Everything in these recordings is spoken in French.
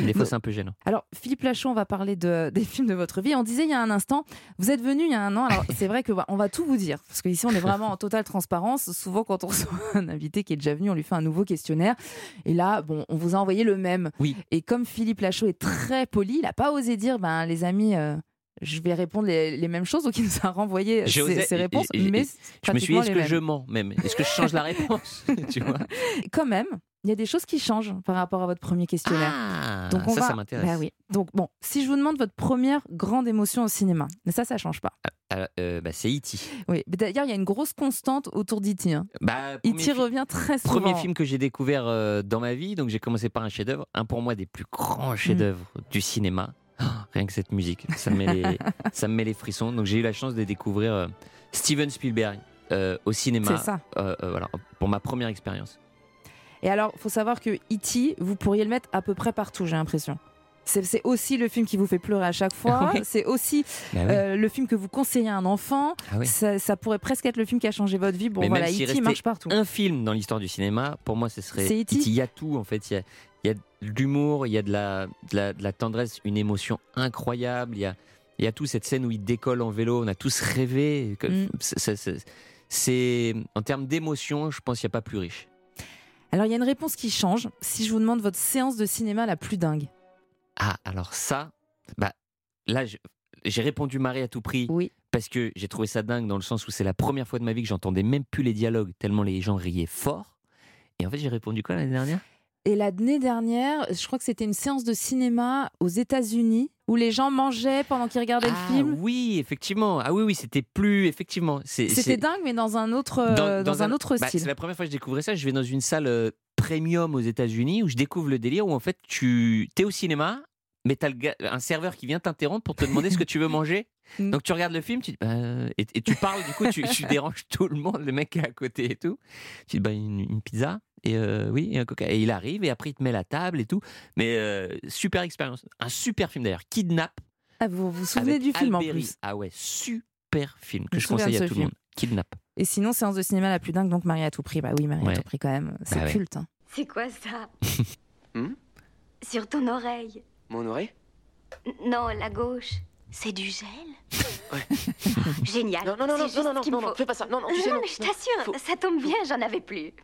Des fois, c'est un peu gênant. Alors, Philippe Lachaud, on va parler des films de votre vie. On disait il y a un instant, vous êtes venu il y a un an. Alors, c'est vrai qu'on va tout vous dire, parce qu'ici, on est vraiment en totale transparence. Souvent, quand on reçoit un invité qui est déjà venu, on lui fait un nouveau questionnaire. Et là, bon, on vous a envoyé le même. Oui. Et comme Philippe Lachaud est très poli, il n'a pas osé dire, les amis... je vais répondre les mêmes choses, donc il nous a renvoyé ses réponses. Mais je me suis dit, est-ce que je mens même? Est-ce que je change la réponse? Tu vois, quand même, il y a des choses qui changent par rapport à votre premier questionnaire. Ah, donc ça m'intéresse. Bah oui. Donc bon, si je vous demande votre première grande émotion au cinéma, mais ça change pas. C'est E.T. Oui, d'ailleurs, il y a une grosse constante autour d'E.T. Hein. E.T. revient très souvent. Premier film que j'ai découvert dans ma vie, donc j'ai commencé par un chef-d'œuvre, un pour moi des plus grands chefs-d'œuvre du cinéma. Oh, rien que cette musique, ça me met les frissons. Donc j'ai eu la chance de découvrir Steven Spielberg au cinéma. C'est ça. Voilà, pour ma première expérience. Et alors, il faut savoir que E.T., vous pourriez le mettre à peu près partout, j'ai l'impression. C'est aussi le film qui vous fait pleurer à chaque fois. Oui. C'est aussi le film que vous conseillez à un enfant. Ah oui. Ça pourrait presque être le film qui a changé votre vie. Bon, mais voilà, même s'il E.T. marche partout. Un film dans l'histoire du cinéma, pour moi, ce serait C'est E.T. Il y a tout, en fait. Il y a de l'humour, il y a de la tendresse, une émotion incroyable. Il y a tout, cette scène où il décolle en vélo. On a tous rêvé. C'est en termes d'émotion, je pense qu'il n'y a pas plus riche. Alors, il y a une réponse qui change. Si je vous demande votre séance de cinéma la plus dingue. Ah, alors ça, là, j'ai répondu Marie à tout prix. Oui. Parce que j'ai trouvé ça dingue dans le sens où c'est la première fois de ma vie que j'entendais même plus les dialogues tellement les gens riaient fort. Et en fait, j'ai répondu quoi l'année dernière? Et l'année dernière, je crois que c'était une séance de cinéma aux États-Unis où les gens mangeaient pendant qu'ils regardaient le film. Oui, effectivement. Ah oui, c'était plus effectivement. C'était dingue, mais dans un autre dans un autre style. C'est la première fois que je découvrais ça. Je vais dans une salle premium aux États-Unis où je découvre le délire où en fait tu es au cinéma, mais t'as un serveur qui vient t'interrompre pour te demander ce que tu veux manger. Donc tu regardes le film, et tu parles, du coup tu déranges tout le monde, le mec qui est à côté et tout. Tu dis une pizza et et un coca. Et il arrive et après il te met la table et tout. Mais super expérience, un super film d'ailleurs, Kidnap. Ah, vous vous souvenez du film Alberi. en plus? Ah ouais, super film que Je je conseille à tout le monde. Kidnap. Et sinon, séance de cinéma la plus dingue, donc Marie à tout prix. Bah oui, Marie à tout prix quand même, c'est culte. Hein. C'est quoi ça? Sur ton oreille. Mon oreille? Non, la gauche. C'est du gel? Ouais. Génial. Non, fais pas ça. Non, tu sais, non. Mais je t'assure, ça tombe bien, j'en avais plus.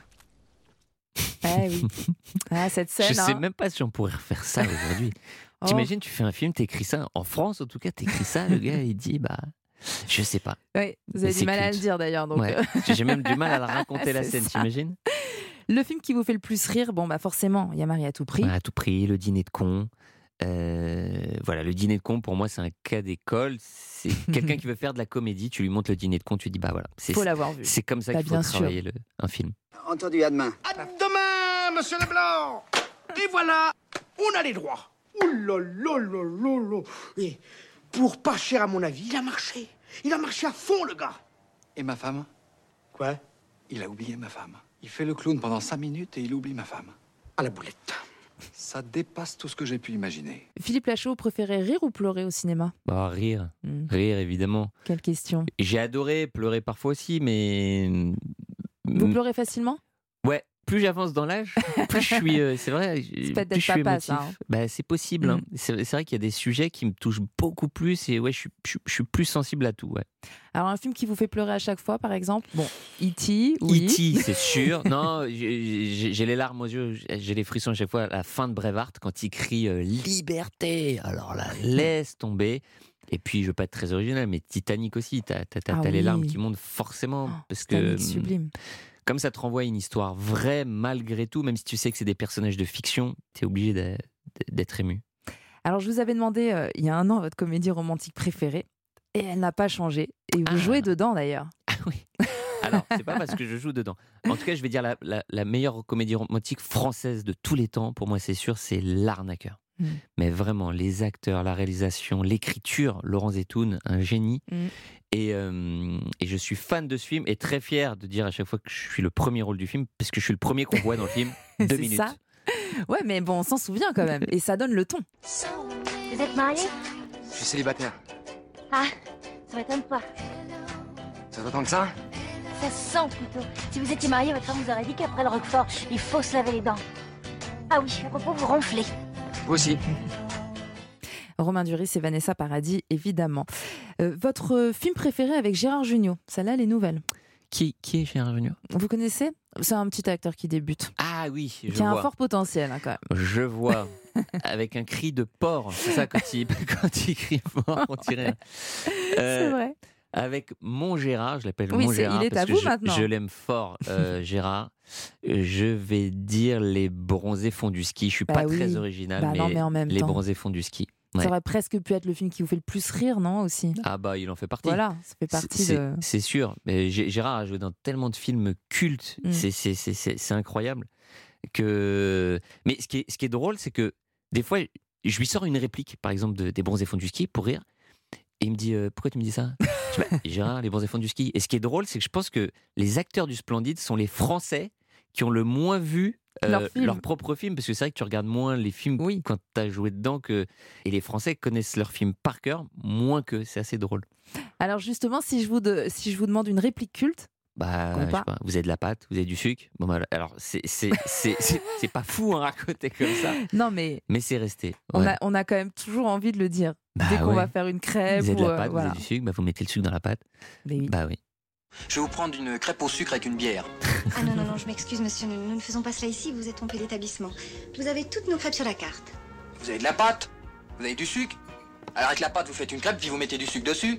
Ah oui. Ah, cette scène. Je sais même pas si on pourrait refaire ça aujourd'hui. T'imagines, tu fais un film, t'écris ça. En France, en tout cas, t'écris ça. Le gars, il dit, je sais pas. Oui, vous avez du mal à le dire d'ailleurs. Donc... Ouais. J'ai même du mal à la raconter la scène, t'imagines? Le film qui vous fait le plus rire, forcément, il y a Marie à tout prix. À tout prix, le dîner de con. Voilà, le dîner de con, pour moi, c'est un cas d'école. C'est quelqu'un qui veut faire de la comédie. Tu lui montres le dîner de con, tu dis, voilà. Faut l'avoir vu. C'est comme ça qu'il faut travailler un film. Entendu, à demain. À demain, monsieur Leblanc. Et voilà, on a les droits. Ouh là là là là là. Et pour pas cher à mon avis, il a marché. Il a marché à fond, le gars. Et ma femme? Quoi? Il a oublié ma femme. Il fait le clown pendant 5 minutes et il oublie ma femme. À la boulette. Ça dépasse tout ce que j'ai pu imaginer. Philippe Lachaud, vous préférez rire ou pleurer au cinéma? Rire. Rire, évidemment. Quelle question. J'ai adoré pleurer parfois aussi, mais... Vous pleurez facilement? Ouais. Plus j'avance dans l'âge, plus je suis... c'est vrai, c'est peut-être plus je suis papa, émotif. ça, hein. C'est possible. Hein. C'est vrai qu'il y a des sujets qui me touchent beaucoup plus et je suis plus sensible à tout. Ouais. Alors un film qui vous fait pleurer à chaque fois, par exemple? Bon, E.T., oui. E.T., c'est sûr. Non, j'ai les larmes aux yeux, j'ai les frissons à chaque fois à la fin de Braveheart quand il crie liberté. Alors là, laisse tomber. Et puis, je veux pas être très original, mais Titanic aussi. T'as les larmes qui montent forcément parce que sublime. Comme ça te renvoie à une histoire vraie malgré tout, même si tu sais que c'est des personnages de fiction, tu es obligé d'être ému. Alors je vous avais demandé il y a un an votre comédie romantique préférée et elle n'a pas changé. Et vous jouez dedans d'ailleurs. Ah oui. Alors c'est pas parce que je joue dedans. En tout cas je vais dire la meilleure comédie romantique française de tous les temps, pour moi c'est sûr, c'est L'Arnaqueur. Mais vraiment, les acteurs, la réalisation, l'écriture, Laurent Zetoun, un génie. Et je suis fan de ce film et très fier de dire à chaque fois que je suis le premier rôle du film, parce que je suis le premier qu'on voit dans le film. 2 minutes. Ça. Ouais, mais bon, on s'en souvient quand même. Et ça donne le ton. Vous êtes mariés? Je suis célibataire. Ah, ça m'étonne pas. Ça va tant que ça? Ça se sent plutôt. Si vous étiez mariés, votre femme vous aurait dit qu'après le roquefort, il faut se laver les dents. Ah oui, à propos, vous ronflez. Vous aussi. Romain Duris et Vanessa Paradis, évidemment. Votre film préféré avec Gérard Jugnot, celle-là, elle est nouvelle. Qui est Gérard Jugnot ? Vous connaissez ? C'est un petit acteur qui débute. Ah oui, je qui a vois. un fort potentiel, quand même. Je vois. Avec un cri de porc. C'est ça, quand il crie fort, on dirait. C'est vrai. Avec mon Gérard, je l'appelle Oui, mon Gérard. il est parce à que vous maintenant. Je l'aime fort, Gérard. Je vais dire Les Bronzés font du ski. Je suis pas oui. très original, mais en même Les temps. Bronzés font du ski. Ouais. Ça aurait presque pu être le film qui vous fait le plus rire, non, aussi ? Ah bah, il en fait partie. Voilà, ça fait partie de... C'est sûr. Mais Gérard a joué dans tellement de films cultes. C'est incroyable. Mais ce qui est drôle, c'est que des fois, je lui sors une réplique, par exemple, des Bronzés font du ski, pour rire. Et il me dit pourquoi tu me dis ça ? Je dis, Gérard, Les Bronzés font du ski. Et ce qui est drôle, c'est que je pense que les acteurs du Splendide sont les Français qui ont le moins vu leur propre film, parce que c'est vrai que tu regardes moins les films quand tu as joué dedans et les Français connaissent leurs films par cœur moins qu'eux. C'est assez drôle. Alors justement, si je vous demande une réplique culte, je sais pas, vous avez de la pâte, vous avez du sucre. Bon, bah, alors c'est pas fou à côté comme ça. Non, mais c'est resté. On a quand même toujours envie de le dire. Dès qu'on va faire une crêpe, vous avez de la pâte, voilà. vous avez du sucre, vous mettez le sucre dans la pâte. Mais oui. Bah oui. Je vais vous prendre une crêpe au sucre avec une bière. Ah non, je m'excuse, monsieur, nous ne faisons pas cela ici, vous êtes trompé d'établissement. Vous avez toutes nos crêpes sur la carte. Vous avez de la pâte. Vous avez du sucre. Alors avec la pâte, vous faites une crêpe, puis vous mettez du sucre dessus.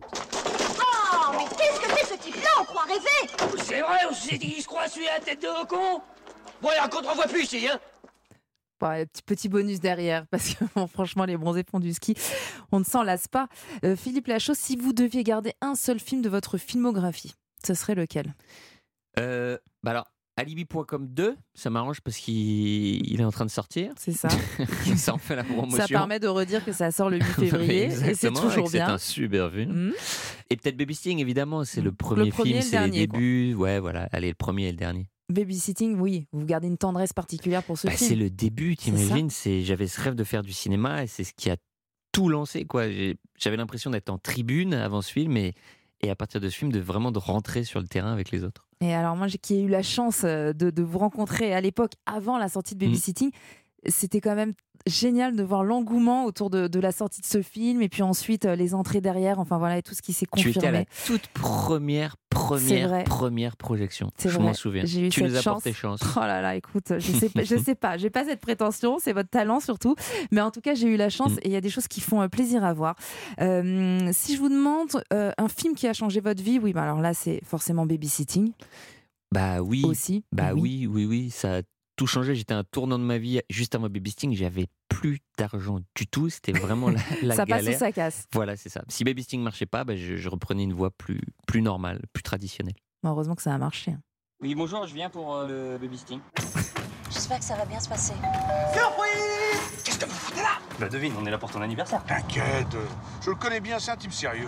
Oh, mais qu'est-ce que c'est ce type-là? On croit rêver! C'est vrai, on s'est dit qu'il se croit celui à la tête de con. Bon, il qu'on ne revoit plus ici, hein. Ouais, petit bonus derrière, parce que bon, franchement, Les Bronzés font du ski, on ne s'en lasse pas. Philippe Lachaud, si vous deviez garder un seul film de votre filmographie, ce serait lequel ? Alors, Alibi.com 2, ça m'arrange parce qu'il est en train de sortir. C'est ça. Ça en fait la promotion. Ça permet de redire que ça sort le 8 février, et c'est toujours bien. C'est un super film. Et peut-être Baby Sting, évidemment, c'est le premier film, c'est les débuts. Ouais, voilà, allez, le premier et le dernier. Babysitting, oui, vous gardez une tendresse particulière pour ce film. C'est le début, t'imagines. J'avais ce rêve de faire du cinéma et c'est ce qui a tout lancé, quoi. J'avais l'impression d'être en tribune avant ce film et à partir de ce film, de rentrer sur le terrain avec les autres. Et alors moi, qui ai eu la chance de vous rencontrer à l'époque, avant la sortie de Babysitting, c'était quand même génial de voir l'engouement autour de la sortie de ce film et puis ensuite les entrées derrière, enfin voilà, et tout ce qui s'est confirmé. Tu étais à la toute première projection. Je m'en souviens. J'ai eu tu cette nous as chance. porté chance. Oh là là, écoute, je sais pas, j'ai pas cette prétention, c'est votre talent surtout, mais en tout cas j'ai eu la chance et il y a des choses qui font plaisir à voir. Si je vous demande un film qui a changé votre vie, oui, bah alors là c'est forcément Babysitting. Bah oui. Aussi. Bah oui, ça a tout changé. J'étais à un tournant de ma vie juste avant Babysitting. J'avais plus d'argent du tout. C'était vraiment la ça galère. passe ou ça casse. Voilà, c'est ça. Si Babysitting marchait pas, je reprenais une voie plus normale, plus traditionnelle. Heureusement que ça a marché. Oui, bonjour, je viens pour le Babysitting. J'espère que ça va bien se passer. Surprise! Qu'est-ce que vous foutez là? Bah devine, on est là pour ton anniversaire. T'inquiète, je le connais bien, c'est un type sérieux.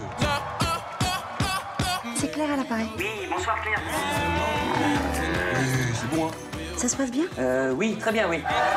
C'est Claire à l'appareil. Oui, bonsoir Claire. C'est bon, hein? Ça se passe bien? Oui, très bien, oui.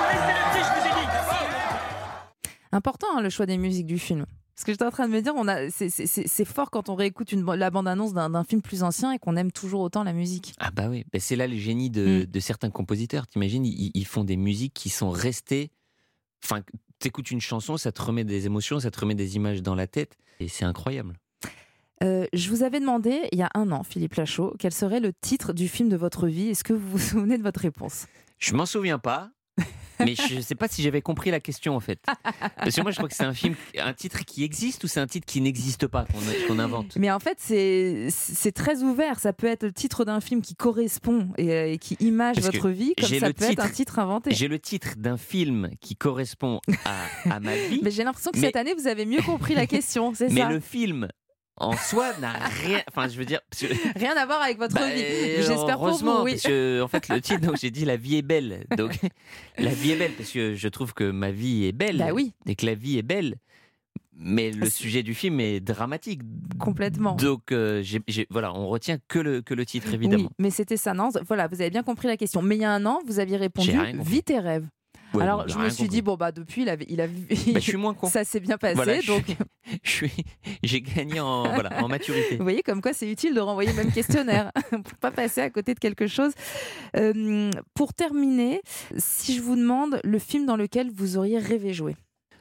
Important le choix des musiques du film. Parce que j'étais en train de me dire, c'est fort quand on réécoute la bande-annonce d'un film plus ancien et qu'on aime toujours autant la musique. Ah bah oui, c'est là le génie de certains compositeurs. T'imagines, ils font des musiques qui sont restées... Enfin, t'écoutes une chanson, ça te remet des émotions, ça te remet des images dans la tête. Et c'est incroyable. Je vous avais demandé, il y a un an, Philippe Lachaud, quel serait le titre du film de votre vie. Est-ce que vous vous souvenez de votre réponse ? Je m'en souviens pas. Mais je ne sais pas si j'avais compris la question en fait. Parce que moi je crois que c'est un titre qui existe ou c'est un titre qui n'existe pas, qu'on invente. Mais en fait c'est très ouvert. Ça peut être le titre d'un film qui correspond et qui image votre vie, comme ça peut être un titre inventé. J'ai le titre d'un film qui correspond à ma vie. Mais j'ai l'impression que cette année vous avez mieux compris la question, c'est ça. Mais le film en soi n'a rien, enfin je veux dire rien à voir avec votre vie. J'espère pour vous, oui. Parce que en fait le titre, donc j'ai dit La vie est belle. Donc la vie est belle parce que je trouve que ma vie est belle. Bah oui. Et que la vie est belle. Mais le sujet du film est dramatique. Complètement. Donc voilà, on retient que le titre évidemment. Oui, mais c'était ça, non ? Voilà, vous avez bien compris la question. Mais il y a un an, vous aviez répondu Vis tes rêves. Ouais, alors je me suis dit depuis il a je suis moins con. Ça s'est bien passé, voilà, donc j'ai gagné en maturité. Vous voyez comme quoi c'est utile de renvoyer le même questionnaire pour pas passer à côté de quelque chose. Pour terminer, si je vous demande le film dans lequel vous auriez rêvé jouer.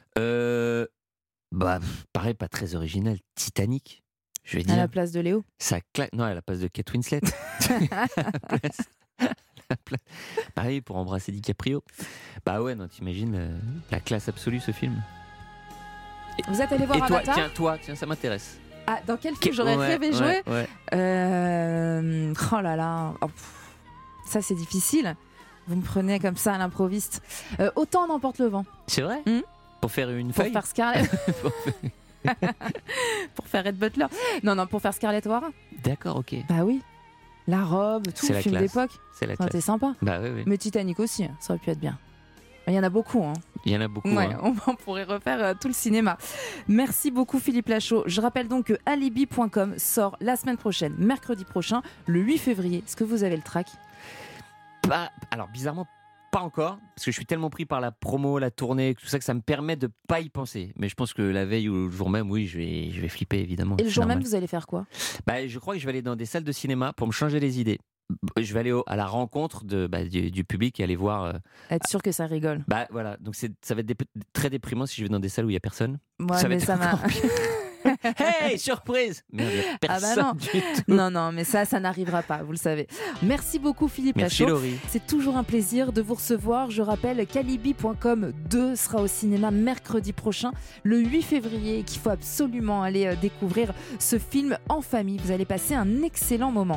Pareil, pas très original. Titanic, je vais À dire. la place de Léo. Ça claque. Non, à la place de Kate Winslet. Pareil, pour embrasser DiCaprio. Bah ouais, non, t'imagines la classe absolue, ce film. Vous êtes allé voir Et toi, Avatar tiens, ça m'intéresse. Ah, dans quel film j'aurais rêvé jouer ouais. Oh là là. Ça, c'est difficile. Vous me prenez comme ça à l'improviste. Autant n'emporte le vent. C'est vrai Pour faire une Pour feuille faire Scarlett. Pour faire Red Butler. Non, pour faire Scarlett O'Hara. D'accord, ok. Bah oui. La robe, tout, C'est la film classe. d'époque. C'est la Enfin, classe. t'es sympa. Bah oui. Mais Titanic aussi, ça aurait pu être bien. Il y en a beaucoup. Hein. Il y en a beaucoup. Ouais, hein. on pourrait refaire tout le cinéma. Merci beaucoup Philippe Lachaud. Je rappelle donc que Alibi.com sort la semaine prochaine, mercredi prochain, le 8 février. Est-ce que vous avez le track ? Alors, bizarrement, pas encore, parce que je suis tellement pris par la promo, la tournée, tout ça, que ça me permet de pas y penser. Mais je pense que la veille ou le jour même, oui, je vais flipper, évidemment. Et le C'est jour même, normal. vous allez faire quoi ? Je crois que je vais aller dans des salles de cinéma pour me changer les idées. Je vais aller à la rencontre du public et aller voir. Être sûr que ça rigole. Voilà, donc ça va être très déprimant si je vais dans des salles où il y a personne. Ouais, Ça va mais être ça m'a. encore pire. Hey, surprise! Merde, il y a personne non. du tout. Non, mais ça n'arrivera pas, vous le savez. Merci beaucoup Philippe Merci Lachaud. Laurie. C'est toujours un plaisir de vous recevoir. Je rappelle qu'Alibi.com 2 sera au cinéma mercredi prochain, le 8 février, et qu'il faut absolument aller découvrir ce film en famille. Vous allez passer un excellent moment.